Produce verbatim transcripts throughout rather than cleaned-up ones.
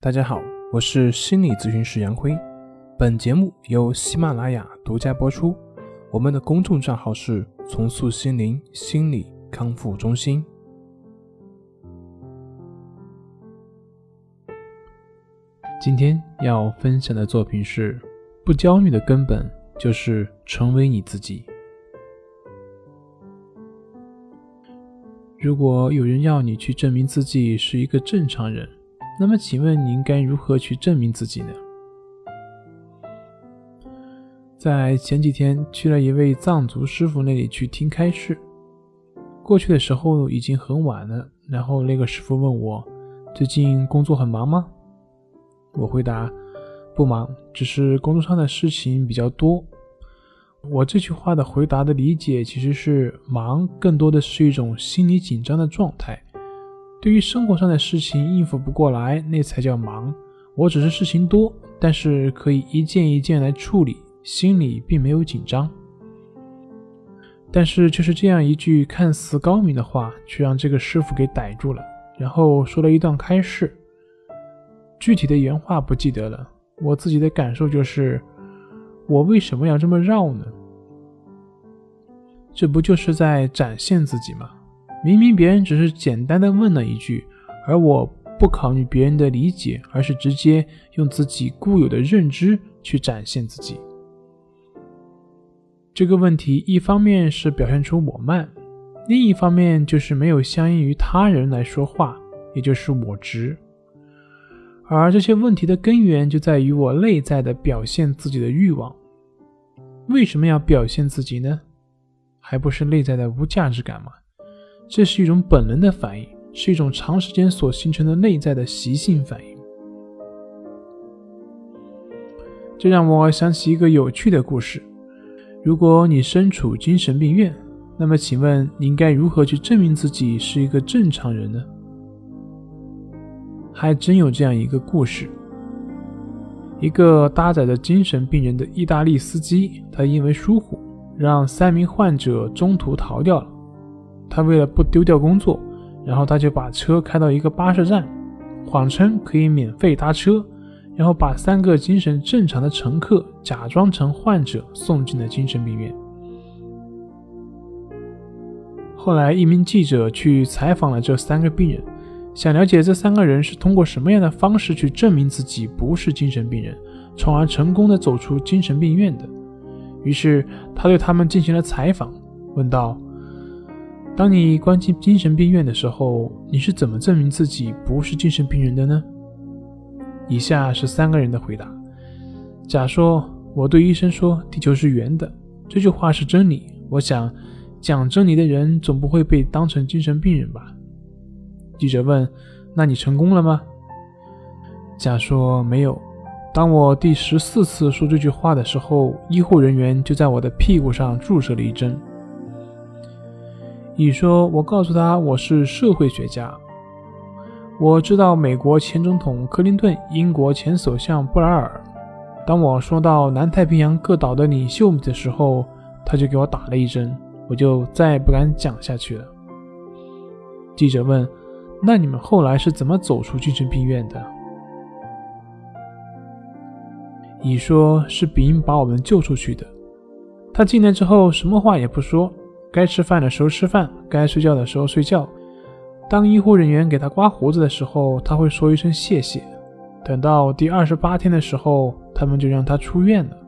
大家好，我是心理咨询师杨辉，本节目由喜马拉雅独家播出。我们的公众账号是重塑心灵心理康复中心。今天要分享的作品是：不焦虑的根本就是成为你自己。如果有人要你去证明自己是一个正常人，那么请问你应该如何去证明自己呢？在前几天去了一位藏族师傅那里去听开示，过去的时候已经很晚了，然后那个师傅问我最近工作很忙吗？我回答不忙，只是工作上的事情比较多。我这句话的回答的理解其实是忙更多的是一种心理紧张的状态，对于生活上的事情应付不过来，那才叫忙。我只是事情多，但是可以一件一件来处理，心里并没有紧张。但是就是这样一句看似高明的话，却让这个师傅给逮住了，然后说了一段开示。具体的原话不记得了，我自己的感受就是，我为什么要这么绕呢？这不就是在展现自己吗？明明别人只是简单的问了一句，而我不考虑别人的理解，而是直接用自己固有的认知去展现自己。这个问题一方面是表现出我慢，另一方面就是没有相应于他人来说话，也就是我执。而这些问题的根源就在于我内在的表现自己的欲望。为什么要表现自己呢？还不是内在的无价值感吗？这是一种本能的反应，是一种长时间所形成的内在的习性反应。这让我想起一个有趣的故事。如果你身处精神病院，那么请问你应该如何去证明自己是一个正常人呢？还真有这样一个故事。一个搭载着精神病人的意大利司机，他因为疏忽，让三名患者中途逃掉了。他为了不丢掉工作，然后他就把车开到一个巴士站，谎称可以免费搭车，然后把三个精神正常的乘客假装成患者送进了精神病院。后来一名记者去采访了这三个病人，想了解这三个人是通过什么样的方式去证明自己不是精神病人，从而成功地走出精神病院的。于是他对他们进行了采访，问道：当你关进精神病院的时候，你是怎么证明自己不是精神病人的呢？以下是三个人的回答。甲说：我对医生说地球是圆的，这句话是真理，我想讲真理的人总不会被当成精神病人吧。记者问：那你成功了吗？甲说：没有，当我第十四次说这句话的时候，医护人员就在我的屁股上注射了一针。乙说：我告诉他我是社会学家，我知道美国前总统克林顿，英国前首相布莱尔。当我说到南太平洋各岛的领袖的时候，他就给我打了一针，我就再也不敢讲下去了。记者问：那你们后来是怎么走出精神病院的？乙说：是比音把我们救出去的。他进来之后什么话也不说，该吃饭的时候吃饭，该睡觉的时候睡觉。当医护人员给他刮胡子的时候，他会说一声谢谢。等到第二十八天的时候，他们就让他出院了。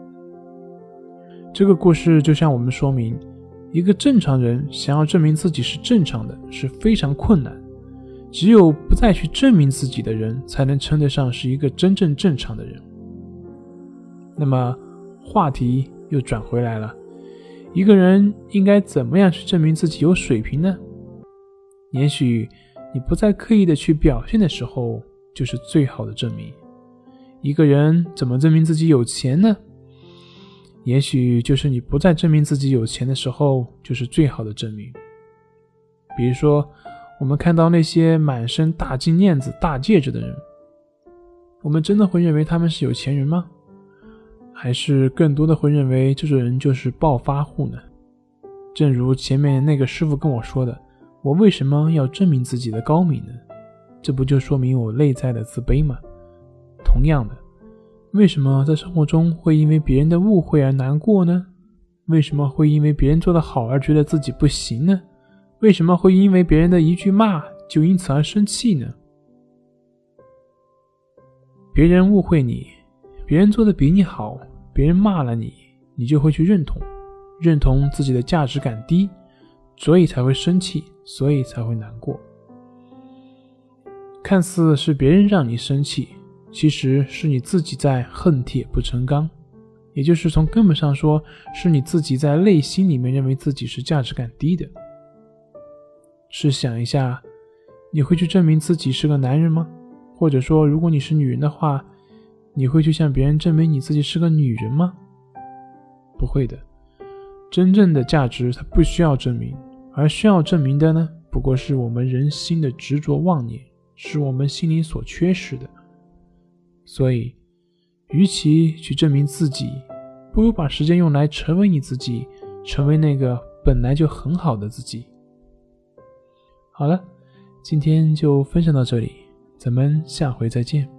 这个故事就向我们说明，一个正常人想要证明自己是正常的是非常困难，只有不再去证明自己的人才能称得上是一个真正正常的人。那么话题又转回来了，一个人应该怎么样去证明自己有水平呢？也许你不再刻意的去表现的时候，就是最好的证明。一个人怎么证明自己有钱呢？也许就是你不再证明自己有钱的时候，就是最好的证明。比如说，我们看到那些满身大金链子、大戒指的人，我们真的会认为他们是有钱人吗？还是更多的会认为这种人就是暴发户呢？正如前面那个师傅跟我说的，我为什么要证明自己的高明呢？ 这不就说明我内在的自卑吗？同样的，为什么在生活中会因为别人的误会而难过呢？为什么会因为别人做得好而觉得自己不行呢？为什么会因为别人的一句骂就因此而生气呢？别人误会你，别人做得比你好，别人骂了你，你就会去认同，认同自己的价值感低，所以才会生气，所以才会难过。看似是别人让你生气，其实是你自己在恨铁不成钢，也就是从根本上说，是你自己在内心里面认为自己是价值感低的。试想一下，你会去证明自己是个男人吗？或者说，如果你是女人的话，你会去向别人证明你自己是个女人吗？不会的。真正的价值它不需要证明，而需要证明的呢，不过是我们人心的执着妄念，是我们心里所缺失的。所以与其去证明自己，不如把时间用来成为你自己，成为那个本来就很好的自己。好了，今天就分享到这里，咱们下回再见。